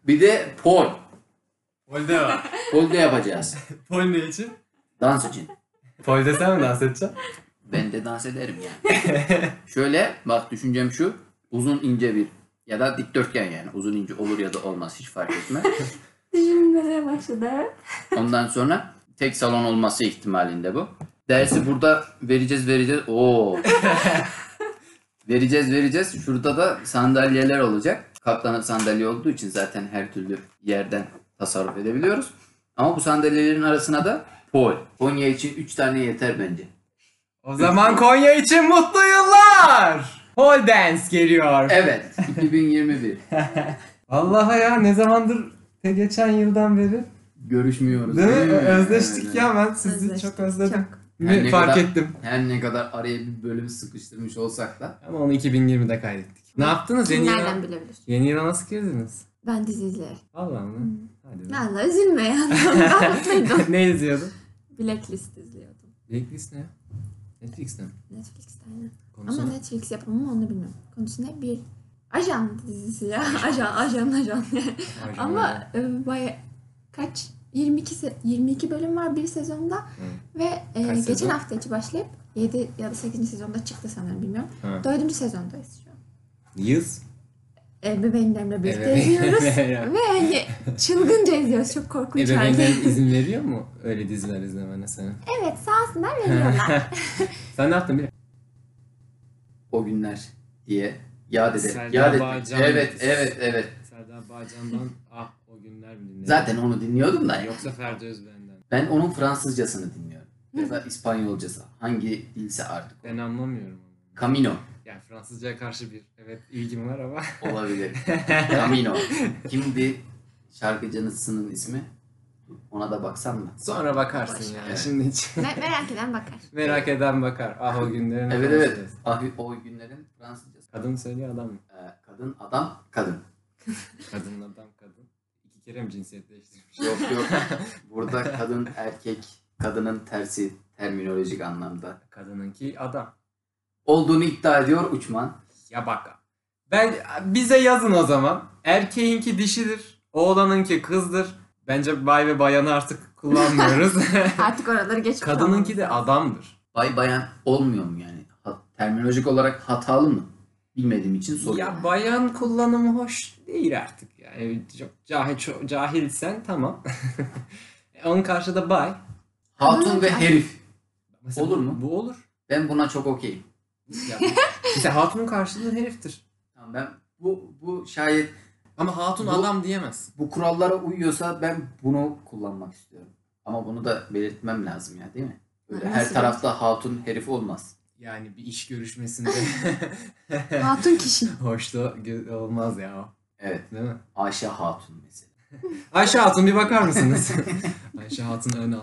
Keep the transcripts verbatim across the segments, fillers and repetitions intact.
Bir de pol. Polde var. Pol de yapacağız. Pol ne için? Dans için. Polde sen mi dans edeceksin? Ben de dans ederim yani. Şöyle bak düşüncem şu. Uzun ince bir ya da dikdörtgen yani. Uzun ince olur ya da olmaz hiç fark etmez. Düşünmeye başladı. Ondan sonra tek salon olması ihtimalinde bu. Dersi burada vereceğiz vereceğiz. Oo. vereceğiz vereceğiz. Şurada da sandalyeler olacak. Katlanır sandalye olduğu için zaten her türlü yerden tasarruf edebiliyoruz. Ama bu sandalyelerin arasına da pol. Konya için üç tane yeter bence. O zaman Konya için mutlu yıllar. Pole dance geliyor. Evet. iki bin yirmi bir. Vallahi ya ne zamandır te geçen yıldan beri. Görüşmüyoruz. Değil mi? Değil mi? Özleştik Evet, ya ben sizi Özleştik, çok özledim. çok. Her Ne ne fark kadar- ettim. Her ne kadar araya bir bölüm sıkıştırmış olsak da. Ama onu iki bin yirmide kaydettik. Ne yaptınız? Yeni Nereden yıla, bilebilir? yeni yıla nasıl girdiniz? Ben dizi izlerim. Vallahi mı? Hadi be. Valla üzülme ya. Ben mutluydum. Ne izliyordun? Blacklist izliyordum. Blacklist ne ya? Netflix'te mi? Netflix'te aynen. Konusu Ama ne? Netflix yapımı mı onu bilmiyorum. Konusu ne? Bir ajan dizisi ya. Ajan, ajan, ajan. Ajan, Ama ajan. e, baya kaç? yirmi iki, se- yirmi iki bölüm var bir sezonda. Hı. Ve e, Kaç geçen sezon? hafta içi başlayıp yedi ya da sekizinci sezonda çıktı sanırım bilmiyorum. Hı. dördüncü sezondayız şu an. Yız. Ebeveynlerimle birlikte Evet. izliyoruz. Evet. Ve hani çılgınca izliyoruz. Çok korkunç halde. Ebeveynlerin izin veriyor mu öyle diziler izlemene senin? Evet sağ olsunlar veriyorlar. Sen ne yaptın bile? O günler diye yad ederim. Serdar Yad etmek. Bağcan. Evet evet evet. Serdar Bağcan'dan ah o günler mi dinledin? Zaten onu dinliyordum da. Yoksa Ferdi Özben'den. Ben onun Fransızcasını dinliyorum. Ya da İspanyolcası. Hangi dilse artık. Ben anlamıyorum. Camino Yani Fransızcaya karşı bir evet ilgim var ama. olabilir. Camino. Kimdi şarkıcısının ismi? Ona da baksam mı? Sonra bakarsın yani Evet. şimdi hiç. Me- merak eden bakar. Merak eden bakar. Ah o günlerin. Evet evet. Fransızcası. Abi o günlerin Fransızcası. Kadın söylüyor adam mı? Ee, kadın, adam, kadın. Kadın adam kadın. İki kere mi cinsiyet değiştirmiş? Yok yok. Burada kadın, erkek, kadının tersi terminolojik anlamda. Kadınınki adam. Olduğunu iddia ediyor uçman. Ya bak. Ben bize yazın o zaman. Erkeğinki dişidir. Oğlanınki kızdır. Bence bay ve bayanı artık kullanmıyoruz. Artık oraları geçmiş Kadınınki de olmamız adamdır. Bay bayan olmuyor mu yani? Ha- terminolojik olarak hatalı mı? Bilmediğim için soruyorum. Ya bayan kullanımı hoş değil artık. Yani çok cahil, çok cahilsen tamam. Onun karşıda bay. Hatun ve herif. Mesela Olur bu- mu? Bu olur. Ben buna çok okeyim. Ya, mesela hatunun karşılığı heriftir. Tamam, ben bu bu şayet Ama hatun Bu- adam diyemezsin. bu kurallara uyuyorsa ben bunu kullanmak istiyorum. Ama bunu da belirtmem lazım ya, değil mi? Öyle Ha, her nasıl tarafta hatun herif olmaz. Yani bir iş görüşmesinde Hatun kişi. hoş da gö- olmaz ya o. Evet. Değil mi? Ayşe Hatun mesela. Ayşe Hatun bir bakar mısınız? Ayşe Hatun Önal.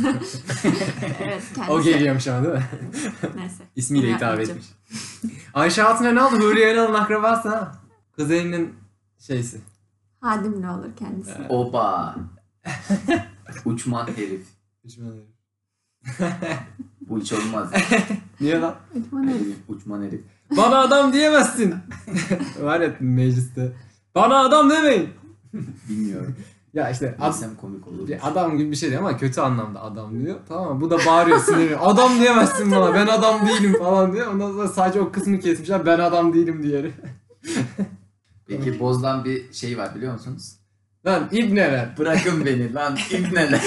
Evet kendisi. O geliyormuş ama değil mi? Neyse. İsmiyle hitap Yapmayacağım. etmiş. Ayşe Hatun Önal da Huriye Önal'ın akrabası ha. Kuzeninin şeysi. Hadim ne olur kendisi. Evet. Oba. Uçman herif. Düşman herif. Bu hiç olmaz. Niye lan? Uçman herif. Uçman herif. Bana adam diyemezsin. Var ya mecliste. Bana adam demeyin. Bilmiyorum. Ya işte ad- Desem komik olur. bir adam gibi bir şey diyor ama kötü anlamda adam diyor. Tamam mı? Bu da bağırıyor sinirli. Adam diyemezsin bana. Ben adam değilim falan diyor. Ondan sonra sadece o kısmını kesmişler. Ben adam değilim diğeri. Peki bozulan bir şey var biliyor musunuz? Lan ibneler. Bırakın beni lan ibneler.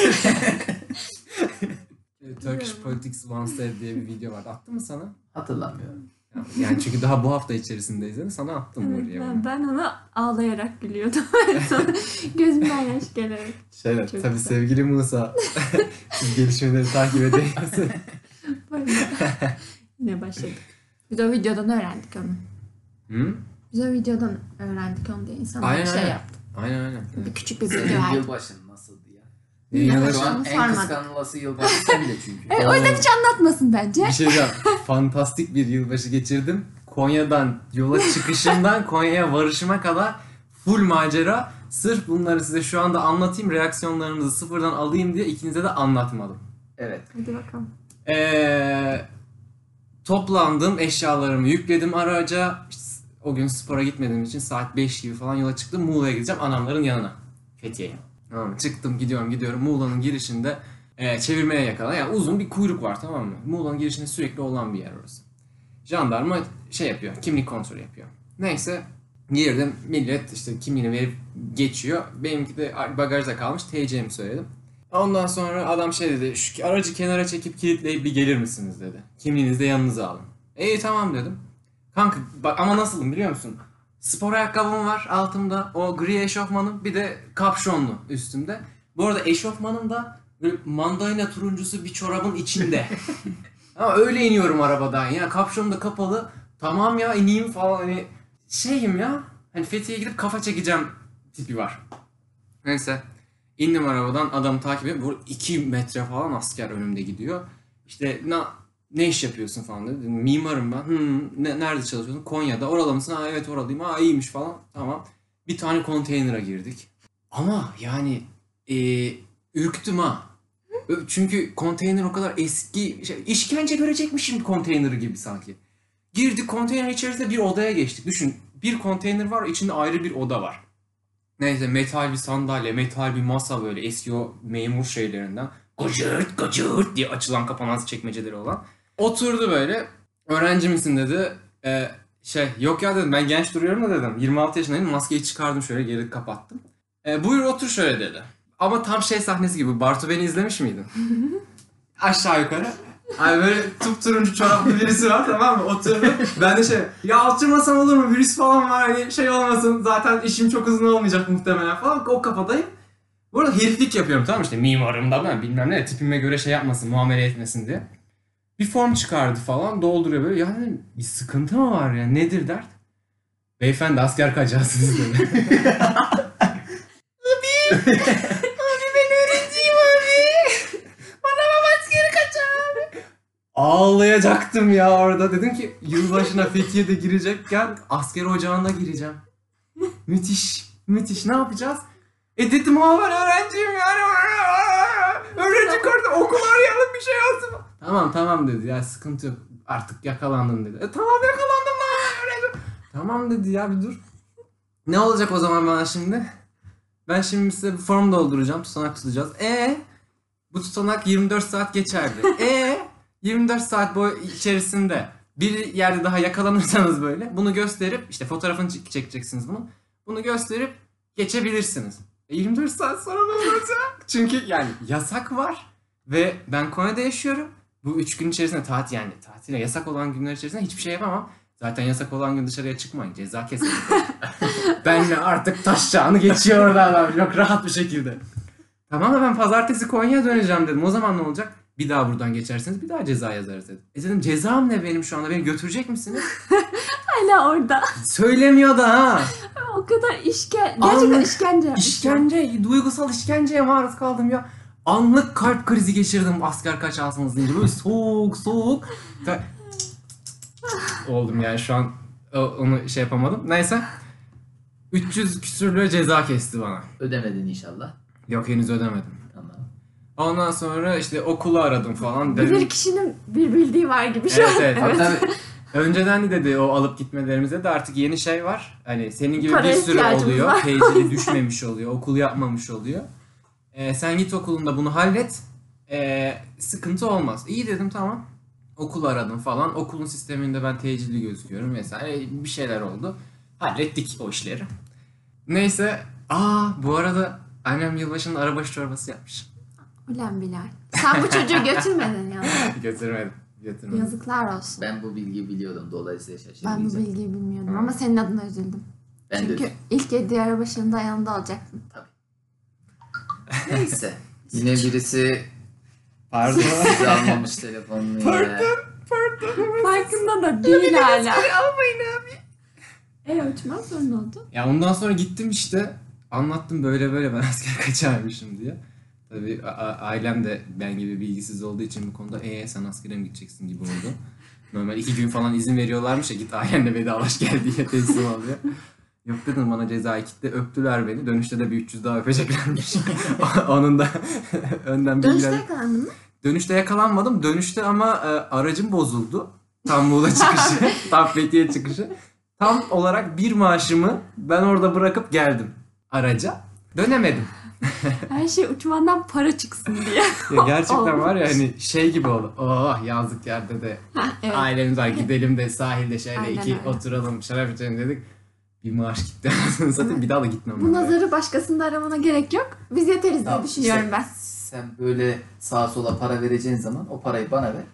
Turkish Politics Once Said diye bir video vardı. Attı mı sana? Hatırlamıyorum. Yani çünkü daha bu hafta içerisindeyiz. Yani sana attım Evet, oraya. ben, ben ona ağlayarak gülüyordum. Sonra gözümden yaş gelerek. Şeyler, Çok tabii güzel. sevgili Musa. Siz gelişmeleri takip ediyorsunuz. Böyle. Yine başladık. Biz o videodan öğrendik onu. Hı? Biz o videodan öğrendik onu diye insanlar Aynen, bir şey aynen. yaptı. Aynen aynen. Bir küçük bir video Senin verdi. yılbaşın nasıldı ya? Ne Ya, yavaş- Şu an en Sarmadı. kıskanılası yılbaşı sen de çünkü. Evet, o yüzden hiç anlatmasın bence. Bir şey diyeceğim. Fantastik bir yılbaşı geçirdim. Konya'dan yola çıkışımdan Konya'ya varışıma kadar full macera. Sırf bunları size şu anda anlatayım, reaksiyonlarınızı sıfırdan alayım diye ikinize de anlatmadım. Evet. Hadi bakalım. Ee, toplandım, eşyalarımı yükledim araca. o gün spora gitmediğim için saat beş gibi falan yola çıktım. Muğla'ya gideceğim anamların yanına. Fethiye'ye. Tamam, çıktım gidiyorum gidiyorum. Muğla'nın girişinde e, çevirmeye yakalan. Yani uzun bir kuyruk var, tamam mı? Muğla'nın girişinde sürekli olan bir yer orası. Jandarma şey yapıyor, kimlik kontrolü yapıyor. Neyse girdim, millet işte kimliğini verip geçiyor. Benimki de bagajda kalmış, T C'mi söyledim. Ondan sonra adam şey dedi, şu aracı kenara çekip kilitleyip bir gelir misiniz dedi. Kimliğinizi de yanınıza alın. İyi tamam dedim. Kanka bak ama nasılım biliyor musun? Spor ayakkabım var altımda, o gri eşofmanım, bir de kapşonlu üstümde. Bu arada eşofmanım da böyle mandalina turuncusu bir çorabın içinde. Ama öyle iniyorum arabadan ya, kapşonum da kapalı. Tamam ya ineyim falan, hani şeyim ya. Hani Fethiye'ye gidip kafa çekeceğim tipi var. Neyse. İndim arabadan, adamı takip ediyorum. Böyle iki metre falan asker önümde gidiyor. İşte ne, ne iş yapıyorsun falan dedi. Dedim, mimarım ben. Hmm, ne, nerede çalışıyorsun? Konya'da. Oralı mısın? Ha evet oralıyım. Ha iyiymiş falan. Tamam. Bir tane konteynere girdik. Ama yani e, ürktüm ha. Çünkü konteyner o kadar eski, şey, işkence görecekmişim konteyneri gibi sanki. Girdik, konteyner içerisinde bir odaya geçtik. Düşün, bir konteyner var, içinde ayrı bir oda var. Neyse metal bir sandalye, metal bir masa, böyle eski o memur şeylerinden. Gıcırt gıcırt diye açılan kapanan çekmeceleri olan. Oturdu böyle. Öğrenci misin dedi. Ee, şey yok ya dedim, ben genç duruyorum da dedim. yirmi altı yaşındayım, maskeyi çıkardım şöyle, geri kapattım. Ee, buyur otur şöyle dedi. Ama tam şey sahnesi gibi. Bartu Beni izlemiş miydin? Aşağı yukarı. Ay böyle turuncu çoraplı birisi var, tamam mı? Oturdu. Ben de şey, ya oturmasam olur mu? Virüs falan var, hani şey olmasın. Zaten işim çok uzun olmayacak muhtemelen falan. O kafadayım. Bu arada heriflik yapıyorum, tamam mı? İşte mimarım da ben bilmem ne, tipime göre şey yapmasın, muamele etmesin diye. Bir form çıkardı falan, dolduruyor böyle. Yani bir sıkıntı mı var ya? Nedir dert? Beyefendi asker kaçarsınız dedi. Abi! Abi ben öğrenciyim abi! Bana baba askeri kaç abi! Ağlayacaktım ya orada. Dedim ki yılbaşına Fethiye'de girecekken asker ocağına gireceğim. Müthiş, müthiş. Ne yapacağız? E dedim ama ben öğrenciyim yani. Öğrenci kartı, okul arayalım, bir şey olsun. Tamam tamam dedi ya, sıkıntı yok. Artık yakalandın dedi. E tamam yakalandım lan öğrenci. Tamam dedi ya, bir dur. Ne olacak o zaman bana şimdi? Ben şimdi size bir form dolduracağım, tutanak tutacağız. E bu tutanak yirmi dört saat geçerli. E yirmi dört saat boyu içerisinde bir yerde daha yakalanırsanız böyle bunu gösterip, işte fotoğrafını çekeceksiniz bunu. Bunu gösterip geçebilirsiniz. E yirmi dört saat sonra ne olacak? Çünkü yani yasak var ve ben Konya'da yaşıyorum. Bu üç gün içerisinde tatil, yani tatile yasak olan günler içerisinde hiçbir şey yapamam. Zaten yasak olan gün dışarıya çıkmayın, ceza kesin. Benle artık taş çağını geçiyor orada adam, çok rahat bir şekilde. Tamam da ben pazartesi Konya'ya döneceğim dedim. O zaman ne olacak? Bir daha buradan geçerseniz bir daha ceza yazarız dedim. E dedim, cezam ne benim şu anda? Beni götürecek misiniz? Hala orada. Söylemiyor da ha. O kadar işkence. Gerçekten Anlık işkence yapmış. İşkence, duygusal işkenceye maruz kaldım ya. Anlık kalp krizi geçirdim asker kaçarsınız deyince. Böyle soğuk soğuk. Oldum yani şu an, onu şey yapamadım. Neyse. üç yüz küsür lira ceza kesti bana. Ödemedin inşallah. Yok henüz ödemedim. Tamam. Ondan sonra işte okulu aradım falan. Dedim, Bir kişinin bir bildiği var gibi şu evet, an. evet. Tabii tabii. Önceden de dedi o alıp gitmelerimize de artık yeni şey var. Hani senin gibi Para bir sürü ihtiyacımız oluyor. var. Tecili düşmemiş oluyor. Okul yapmamış oluyor. Ee, sen git okulunda bunu hallet. Ee, sıkıntı olmaz. İyi dedim, tamam. Okul aradım falan. Okulun sisteminde ben tecilli gözüküyorum vesaire. Bir şeyler oldu. Hallettik o işleri. Neyse. Aa bu arada annem yılbaşında arabaşı çorbası yapmış. Ulan Bilal. Sen bu çocuğu götürmedin ya. Götürmedim. Götürmedim. Yazıklar olsun. Ben bu bilgiyi biliyordum, dolayısıyla Ben bu şaşırmayacağım. bilgiyi bilmiyordum ama senin adına üzüldüm. Ben de Çünkü üzüldüm. ilk yedi arabaşında yanında olacaktın. Neyse. Yine birisi Pardon. sizi almamış telefonunu ya. Farkında da değil hala. Almayın abi. E uçmaz sonra ne oldu? Ya ondan sonra gittim işte, anlattım böyle böyle ben asker kaçarmışım diye. Tabii a- a- ailem de ben gibi bilgisiz olduğu için bu konuda ee sen askere mi gideceksin gibi oldu. Normal iki gün falan izin veriyorlarmış ya, git ailenle vedalaş gel diye teslim oluyor. Yok dedim, bana cezayı kitle, öptüler beni. Dönüşte de bir üç yüz daha öpeceklermiş. Onun da önden Dönüşte bilgiler. yakalandın mı? Dönüşte yakalanmadım. Dönüşte ama e, aracım bozuldu. Tam Muğla çıkışı, tam Fethiye çıkışı. Tam olarak bir maaşımı ben orada bırakıp geldim araca. Dönemedim. Her şey uçmandan para çıksın diye. Ya gerçekten var ya Olmuş. hani şey gibi oldu. Oh yazlık yerde de Evet. ailemiz var, gidelim de sahilde şöyle Aynen iki öyle. oturalım şarap içelim dedik. Bir maaş gitti. Zaten bir daha da gitmem. Bu ben. nazarı başkasında aramana gerek yok. Biz yeteriz diye Tamam, düşünüyorum işte ben. Sen böyle sağa sola para vereceğin zaman o parayı bana ver.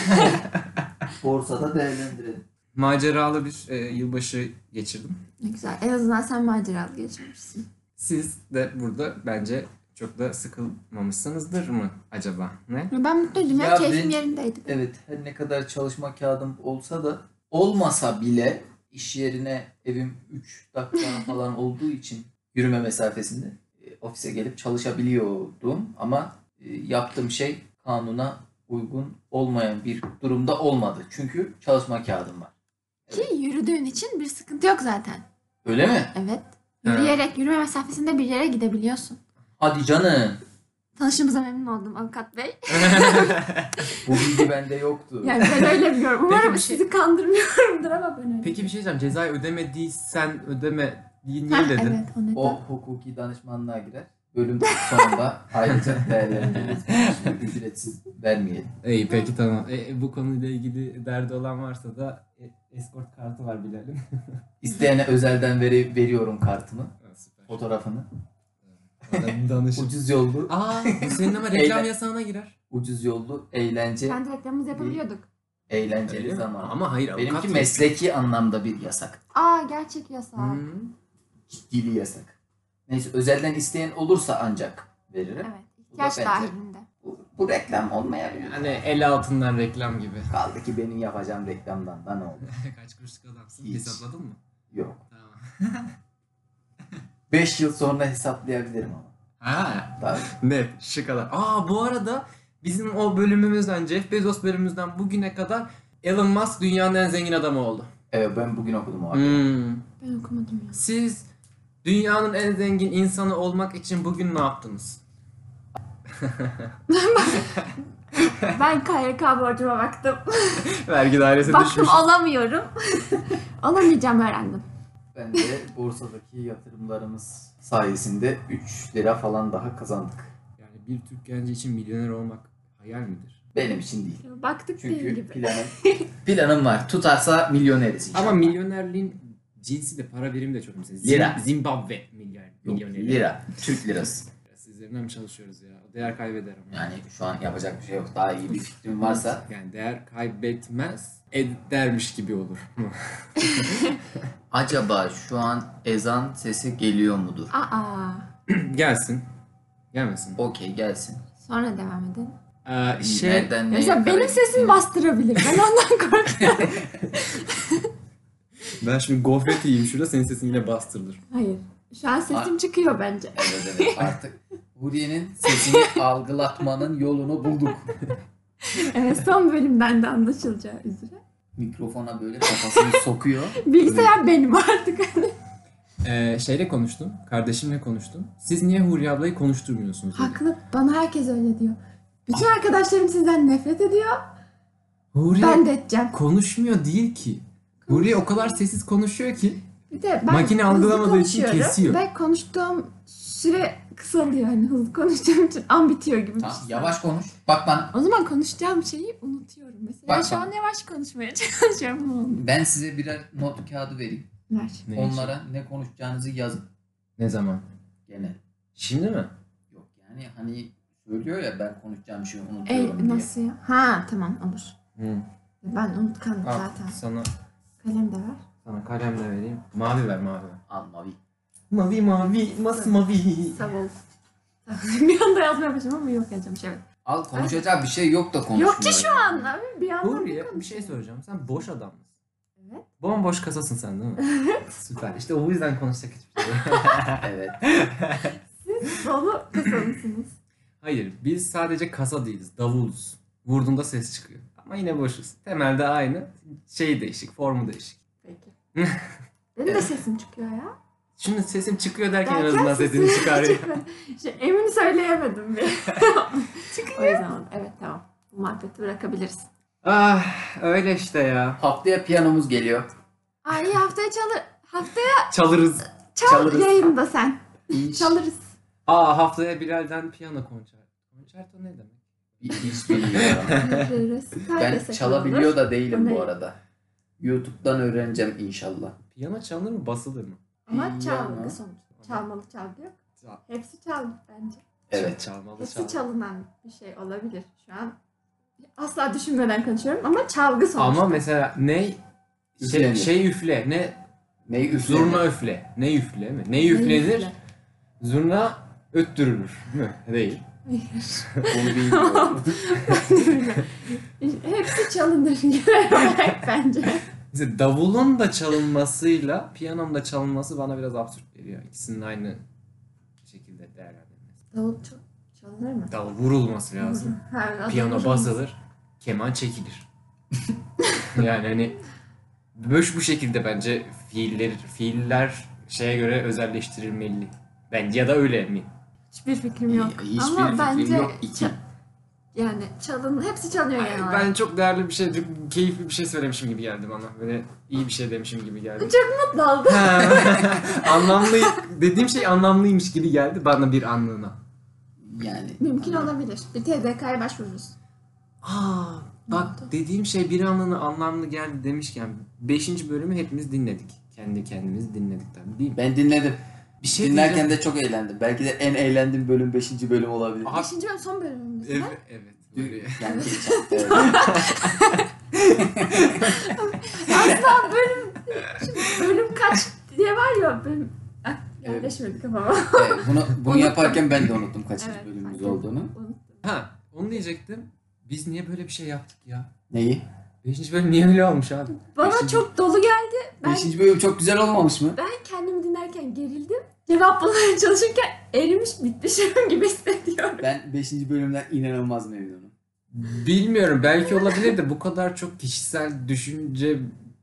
Borsada değerlendirelim. Maceralı bir e, yılbaşı geçirdim. Ne güzel. En azından sen maceralı geçirmişsin. Siz de burada bence çok da sıkılmamışsınızdır mı acaba? Ne? Ben mutluydum ya. Ya Keyfim ben- yerindeydi. Evet, her ne kadar çalışma kağıdım olsa da olmasa bile iş yerine evim üç dakika falan olduğu için yürüme mesafesinde e, ofise gelip çalışabiliyordum ama e, yaptığım şey kanuna uygun olmayan bir durumda olmadı. Çünkü çalışma kağıdım var. Ki yürüdüğün için bir sıkıntı yok zaten. Öyle mi? Evet. Yürüyerek, yürüme mesafesinde bir yere gidebiliyorsun. Hadi canım. Tanıştığımıza memnun oldum avukat bey. Bu bilgi bende yoktu. Yani ben öyle biliyorum. Umarım Peki bir şey- sizi kandırmıyorumdur ama ben öyle. Peki bir şey diyeceğim. Cezayı ödemediysen ödeme niye Heh, dedin? evet o neden. O hukuki danışmanlığa girer. Bölüm sonunda ayrıca değerlendiririz. Şimdi ücretsiz vermeyelim. İyi peki tamam. E, bu konuyla ilgili derdi olan varsa da e, escort kartı var bilelim. İsteyene özelden veri, veriyorum kartımı, Ha, süper. fotoğrafını. Adam danışın. Ucuz yollu, Aa bu senin ama reklam Eyle- yasağına girer. ucuz yollu, eğlence, Kendi reklamımızı yapabiliyorduk. eğlenceli Öyle mi? zaman. Ama hayır avukat. Benimki yok. mesleki anlamda bir yasak. Aa gerçek yasak. Hmm. Ciddili yasak. Neyse özelden isteyen olursa ancak veririm. Evet. ihtiyaç Bu da bence- dahilinde. Bu, bu reklam olmayabilir. Hani el altından reklam gibi. Kaldı ki benim yapacağım reklamdan da ne olur? Kaç kuruşluk adamsın? Hiç. Hesapladın mı? Yok. Tamam. beş yıl sonra hesaplayabilirim ama. Ha. Tabii. Net. Şu kadar. Aa bu arada bizim o bölümümüzden Jeff Bezos bölümümüzden bugüne kadar Elon Musk dünyanın en zengin adamı oldu. Evet ben bugün okudum o haberi. Hmm. Ben okumadım ya. Siz dünyanın en zengin insanı olmak için bugün ne yaptınız? Ben K Y K borcuma baktım. Vergi dairesi Baktım düşmüş. alamıyorum. Alamayacağım öğrendim. Ben de borsadaki yatırımlarımız sayesinde üç lira falan daha kazandık. Yani bir Türk genci için milyoner olmak hayal midir? Benim için değil. Baktık değil Çünkü gibi. planım, planım var. Tutarsa milyoneriz inşallah. Ama milyonerliğin cinsi de para birimi de çok mesela. Zim- Lira. Zimbabwe milyar, Yok, milyoneri. lira. Türk lirası. Sizlerine mi çalışıyoruz ya? O değer kaybeder ama. Yani şu an yapacak bir şey yok. Daha iyi bir fikrim varsa. Yani değer kaybetmez, edermiş gibi olur. Acaba şu an ezan sesi geliyor mudur? Aa. Gelsin. Gelmesin. Okey gelsin. Sonra devam edelim. Ee, şey, Nereden neye Mesela benim kadar sesim gittiğini- bastırabilir. Ben ondan korkuyorum. ben şimdi gofret yiyeyim şurada, senin sesin yine bastırılır. Hayır. Şu an sesim çıkıyor bence. Evet evet artık Huriye'nin sesini algılatmanın yolunu bulduk. Evet son bölümden de anlaşılacağı üzere. Mikrofona böyle kafasını sokuyor. Bilgisayar benim artık. Ee, şeyle konuştum, kardeşimle konuştum. Siz niye Huriye ablayı konuşturmuyorsunuz? dedi. Haklı. Bana herkes öyle diyor. Bütün arkadaşlarım sizden nefret ediyor. Huriye Ben de edeceğim. konuşmuyor değil ki. Huriye o kadar sessiz konuşuyor ki. Bir de ben Makine hızlı algılamadığı için konuşuyorum kesiyor. Ve konuştuğum süre kısalıyor. Hani hızlı konuştuğum için an bitiyor gibi. bir Tamam, şey. yavaş konuş. Bak bana. O zaman konuşacağım şeyi unutuyorum. Mesela Bak şu bak. an yavaş konuşmaya çalışıyorum ama olmuyor. Ben size birer not kağıdı vereyim. Ver. Ne Onlara ne konuşacağınızı yazın. Ne zaman? Gene. Şimdi mi? Yok yani hani söylüyor ya ben konuşacağım şeyi unutuyorum Ey diye. nasıl ya? Ha tamam olur. Hı. Ben unutkanım Al, zaten. sana Kalem de ver. sana kalem de vereyim. Mavi ver mavi ver. Al mavi. Mavi mavi masmavi. Sağ ol. Bir anda yazmaya başladım ama yok yazacağım şey. Al konuşacak bir şey yok da konuşmuyor. Yok ki şu an abi bir anda Huriye bir şey soracağım. Sen boş adam mısın? Evet. Bomboş kasasın sen değil mi? Süper. İşte o yüzden konuşacak hiçbir şey yok. Evet. Siz dolu kasalısınız. Hayır, biz sadece kasa değiliz, davuluz. Vurduğunda ses çıkıyor. Ama yine boşuz. Temelde aynı. Şey değişik, formu değişik. Peki. Benim de sesim çıkıyor ya. Şimdi sesim çıkıyor derken en Derken azından sesini sesim çıkarıyor. çıkıyor. Şey, emin söyleyemedim bir. çıkıyor. O yüzden evet tamam. Bu muhabbeti bırakabiliriz. Ah, öyle işte ya. Haftaya piyanomuz geliyor. Ay haftaya çalır. Haftaya Çalırız. çal Çalırız. yayında sen. İş, Çalırız. Aa haftaya Bilal'den piyano konçerto. Konçerto ne demek? hiç bilmiyorum. Resital Ben desek çalabiliyor olur. da değilim O ne? bu arada. YouTube'dan öğreneceğim inşallah. Piyano çalınır mı, basılır mı? Ama Piyano. çalgı sonuç. Çalmalı çalgı yok. Çal- Hepsi çalgı bence. Evet. Çalmalı Hepsi çalgı. çalınan bir şey olabilir şu an. Asla düşünmeden konuşuyorum ama çalgı sonuçta. Ama mesela ne şey, Üflenir. şey üfle, ne Neyi üflenir? zurna üfle, ne üfle mi? Ne Ne üflenir? üfle? Zurna öttürülür mü? Değil. Bunu bilmiyorum. Hepsi çalınır genel olarak bence. Mesela davulun da çalınmasıyla piyanonun da çalınması bana biraz absürt geliyor. İkisinin aynı şekilde değerlendirilmesi. Davul çok çalınır mı? Davul vurulması lazım. Ha, Piyano davul- basılır, keman çekilir. Yani hani böyle bu şekilde bence fiiller fiiller şeye göre özelleştirilmeli. Bence ya da öyle mi? Hiçbir fikrim yok. Hiçbir ama fikrim bence yok. İki. ça- yani çalın, hepsi çalıyor genel olarak. Ben çok değerli bir şey, keyifli bir şey söylemişim gibi geldi bana. Böyle iyi bir şey demişim gibi geldi. Çok mutlu oldum. Anlamlı dediğim şey anlamlıymış gibi geldi bana bir anlığına. Yani. Mümkün olabilir. Bir T D K'ya başvururuz. Aa, bak dediğim şey bir anlığına anlamlı geldi demişken beşinci bölümü hepimiz dinledik. Kendi kendimizi dinledik tabii değil mi? Ben dinledim. Bir şey Dinlerken diyeceğim. de çok eğlendim. Belki de en eğlendiğim bölüm beşinci bölüm olabilir. Aha. Beşinci bölüm son bölümümüz değil mi? Evet, evet. Böyle. Yani geçen. Evet. Asla bölüm, şimdi bölüm kaç diye var ya bölüm. Ah, yerleşmedi kafama. Evet, bunu bunu Unuttum. yaparken ben de unuttum kaçıncı Evet, bölümümüz fark ettim. olduğunu. Unuttum. Ha, onu diyecektim. Biz niye böyle bir şey yaptık ya? Neyi? Beşinci bölüm niye öyle olmuş abi? Bana Beşinci- çok dolu geldi. Ben, Beşinci bölüm çok güzel olmamış mı? ben kendimi dinlerken gerildim. Cevap bulmaya çalışırken erimiş bitmişim gibi hissediyorum. Ben beşinci bölümden inanılmaz memnunum. Bilmiyorum, belki olabilir de bu kadar çok kişisel düşünce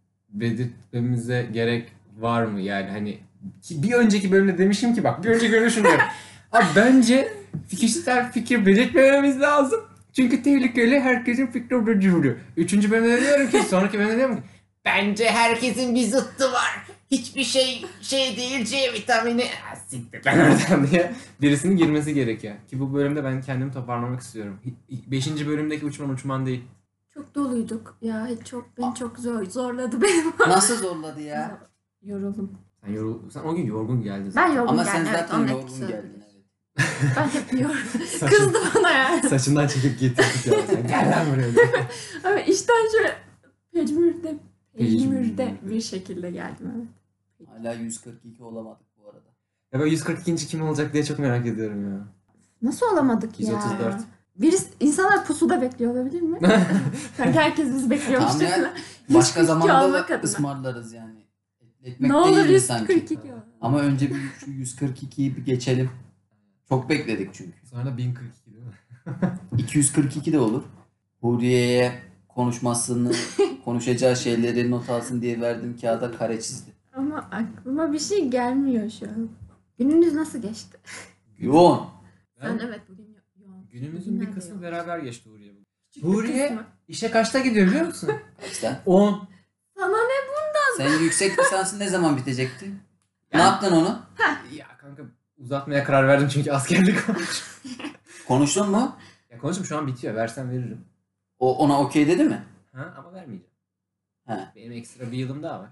belirtmemize gerek var mı? Yani hani ki bir önceki bölümde demişim ki bak bir önceki bölümde şunu diyorum. Abi bence kişisel fikir belirtmememiz lazım. Çünkü tehlikeli, herkesin fikri öbürcüğü. Üçüncü bölümde diyorum ki sonraki bölümde diyorum ki bence herkesin bir zıttı var. Hiçbir şey şey değil, C vitamini. Ah, siktir ben oradan diye birisinin girmesi gerekiyor. Ki bu bölümde ben kendimi toparlamak istiyorum. Beşinci bölümdeki uçman uçman değil. Çok doluyduk. Ya hiç çok beni çok zor zorladı benim. Nasıl zorladı ya? Yoruldum. Sen, yorul sen o gün yorgun geldin. Ben yorgun Ama geldim. sen evet, zaten onun yorgun etkisi geldin. olabilir. Evet. Ben hep yorgun. Kızdı bana yani. Saçından çekip getirdik ya. Sen gel lan buraya. Ama işten şöyle pecmürde, pecmürde Pecmürde. bir şekilde geldim evet. Hala yüz kırk iki olamadık bu arada. Ya ben yüz kırk ikinci kim olacak diye çok merak ediyorum ya. Nasıl olamadık ya? yüz otuz dört. Birisi, insanlar pusuda bekliyor olabilir mi? Sanki herkes bizi bekliyormuş. Tamam ya, mesela. Başka yüz kırk iki zamanda olmak da adına. ısmarlarız yani. Ekmek Ne olur değiliz yüz sanki. kırk iki ol. Ama önce bir şu yüz kırk ikiyi bir geçelim. Çok bekledik çünkü. Sonra da bin kırk iki değil mi? iki yüz kırk iki de olur. Huriye'ye konuşmasını, konuşacağı şeyleri not alsın diye verdiğim kağıda kare çizdi. Ama aklıma bir şey gelmiyor şu an. Gününüz nasıl geçti? Yoğun. Sen Ben, evet bugün yo- yoğun. günümüzün bir Nerede kısmı yoğun? beraber geçti Huriye. Küçük bir Huriye kısmı. işe kaçta gidiyor biliyor musun? Kaçta? on. Sana ne Sen yüksek lisansın ne zaman bitecekti? Ne Yani- yaptın onu? Ya kanka uzatmaya karar verdim çünkü askerlik olmuş. Konuştun mu? Ya konuşum şu an bitiyor. Versen veririm. O ona okey dedi mi? Ha ama vermeyeceğim. Ha. Benim ekstra bir yılım daha var.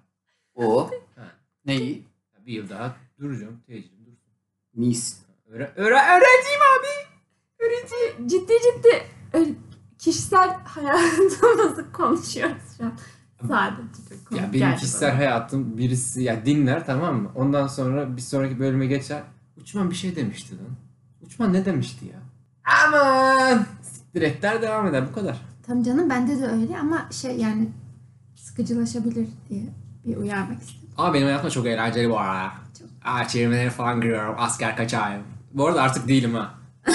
O. Ha. Neyi? Bir yıl daha duracağım. Tecrübem dursun. Mis. Öğre öğre öğreteyim abi. öğretici ciddi ciddi öyle kişisel hayatımızı konuşuyoruz şu an. Sadece. konu Ya benim geldi kişisel bana. hayatım birisi ya dinler tamam mı? Ondan sonra bir sonraki bölüme geçer. Uçman bir şey demişti lan. Uçman ne demişti ya? Aman! Siktir et der devam eder bu kadar. Tabii canım bende de öyle ama şey yani sıkıcılaşabilir diye bir uyarmak istedim. Ama benim hayatım çok eğlenceli bu arada. Çok. Aa çevirmelere falan giriyorum. Asker kaçağım. Bu arada artık değilim ha.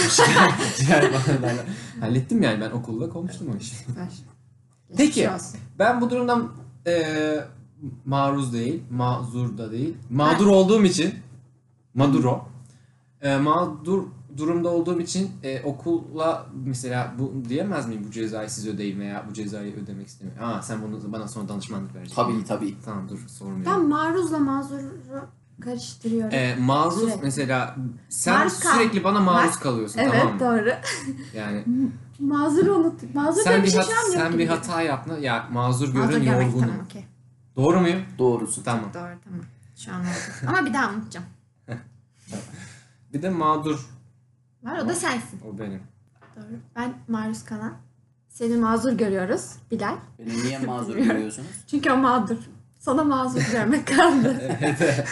Ciğer bağlarıyla. Hallettim yani ben okulda konuştum o işi. Süper. Peki. Geçmiş olsun. Ben bu durumdan eee maruz değil, mazur da değil, mağdur olduğum için Maduro eee, mağdur durumda olduğum için e, okulla mesela bu diyemez miyim bu cezayı siz ödeyin veya bu cezayı ödemek istemiyorum. Aa sen bunu bana sonra danışmanlık vereceksin. Tabii tabii. Tamam dur sormuyorum. Ben maruzla mazuru karıştırıyorum. E, maruz Sürekli. mesela sen Maruz kal. sürekli bana maruz Mar- kalıyorsun evet tamam mı? doğru. Yani Mazuru unuttuk. Mazur sen diye bir, bir şey hat- şu an yok sen gibi. bir hata yaptın ya mazur Mazur görün görmek, yorgunum. tamam, okey. Doğru muyum? Doğrusu. Tamam. Doğru tamam. Şu an oldu. Ama bir daha unutacağım. Bir de mağdur. Var o da sensin. O benim. Doğru. Ben maruz kalan. Seni mazur görüyoruz Bilal. Beni niye mazur Bilmiyorum. görüyorsunuz? Çünkü o mağdur. Sana mazur görmek kaldı. Evet.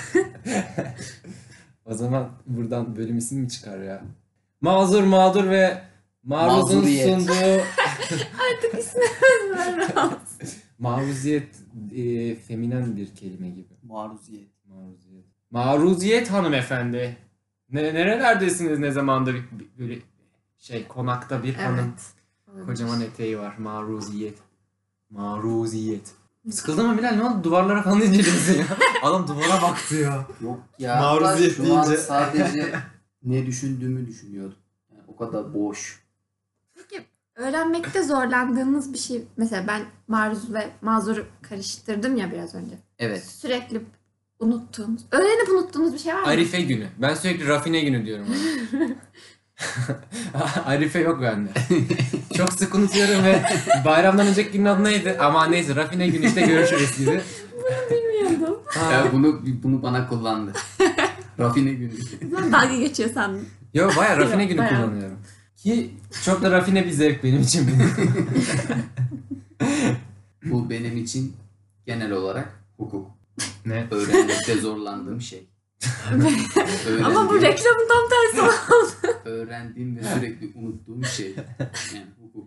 O zaman buradan bölüm ismi mi çıkar ya? Mazur mağdur ve maruzun Mazuriyet. sunduğu Artık ismimiz var. maruziyet e, feminen bir kelime gibi. Maruziyet. Maruziyet. Maruziyet hanımefendi. Ne, nerelerdesiniz ne zamandır B- böyle şey konakta bir hanım. Evet. Kocaman eteği var. Maruziyet. Maruziyet. Sıkıldın mı Bilal? Ne oldu? Duvarlara falan inceliyorsun ya. Adam duvara baktı ya. Yok ya. Maruziyet Şu an deyince- sadece ne düşündüğümü düşünüyordum. Yani o kadar boş. Peki öğrenmekte zorlandığınız bir şey. Mesela ben maruz ve mazuru karıştırdım ya biraz önce. Evet. Sürekli unuttuğunuz, öğrenip unuttuğunuz bir şey var mı? Arife günü. Ben sürekli rafine günü diyorum ona. Arife yok bende. Çok sık unutuyorum ve bayramdan önceki günün adı neydi? Ama neyse rafine günü işte görüşürüz gibi. Bilmiyordum. Ha. Ya bunu bunu bana kullandı. Rafine günü. Ben dalga geçiyor sandım. Yo bayağı rafine Yok, günü bayağı. kullanıyorum. Ki çok da rafine bir zevk benim için. Bu benim için genel olarak hukuk. Ne? Öğrenmekte zorlandığım şey. Ama bu Öğrendiğim- reklamın tam tersi oldu. öğrendiğim ve sürekli unuttuğum şey. Yani hukuk.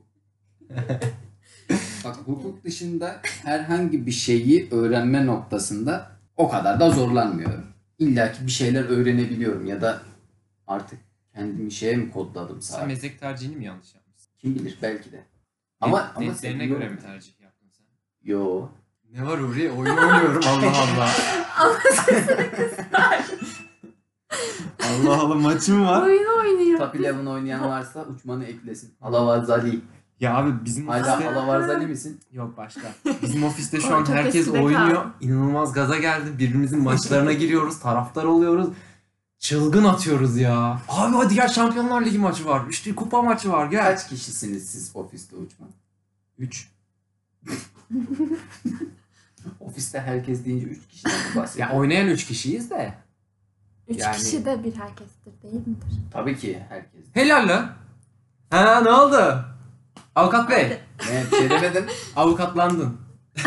Bak hukuk dışında herhangi bir şeyi öğrenme noktasında o kadar da zorlanmıyorum. İlla ki bir şeyler öğrenebiliyorum ya da artık kendimi şeye mi kodladım Sen sadece. meslek tercihini mi yanlış yapmışsın? Kim bilir belki de. Ama, ama Netlerine seviyorum. göre mi tercih yaptın sen? Yo. Ne var Uri? Oyun oynuyorum Allah Allah. Allah Allah maçım var. Oyun oynuyor. Top Eleven oynayan varsa uçmanı eklesin. Alavarzali. Ya abi bizim Hala ofiste... Alavarzali misin? Yok başka. Bizim ofiste şu O an çok herkes eskide oynuyor. kaldı. İnanılmaz gaza geldi. Birbirimizin maçlarına giriyoruz. Taraftar oluyoruz. Çılgın atıyoruz ya. Abi hadi gel Şampiyonlar Ligi maçı var. İşte kupa maçı var gel. Kaç kişisiniz siz ofiste uçma? üç. Ofiste herkes deyince üç kişiden mi bahsediyor? Ya oynayan üç kişiyiz de. Üç Yani- kişi de bir herkestir değil midir? Tabii ki herkes. Helal lan. Ha ne oldu? Avukat bey. Ne bir şey demedim. Avukatlandın.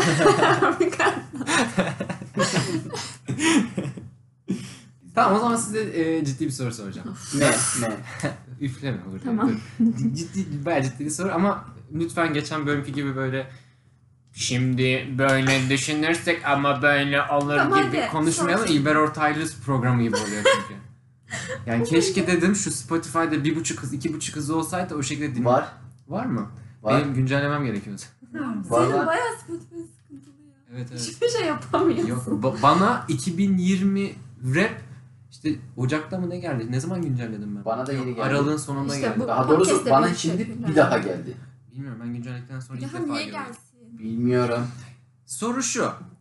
Tamam o zaman size e, ciddi bir soru soracağım. Ne? Ne? Üfleme burada. Tamam. Dur. Ciddi, bayağı ciddi bir soru ama lütfen geçen bölümki gibi böyle şimdi böyle düşünürsek ama böyle olur Tamam, gibi hadi, konuşmayalım. sor. İlber Ortaylı programı gibi oluyor çünkü. Yani keşke dedim şu Spotify'da bir buçuk hız, iki buçuk hızı olsaydı o şekilde dinle. Var. Var mı? Var. Benim güncellemem gerekiyordu. Var, Senin var. bayağı Spotify sıkıntılı ya. Evet evet. Hiçbir şey yapamıyorsun. Yok ba- bana iki bin yirmi rap işte Ocak'ta mı ne geldi? Ne zaman güncelledim ben? Bana da yeni Yok, geldi. Aralığın sonunda İşte geldi. bu- Daha doğrusu Podcast'te bana bir şimdi şey bir daha geldi. Bilmiyorum ben güncelledikten sonra ilk Ya defa niye gördüm. gelsin? Bilmiyorum. Soru şu.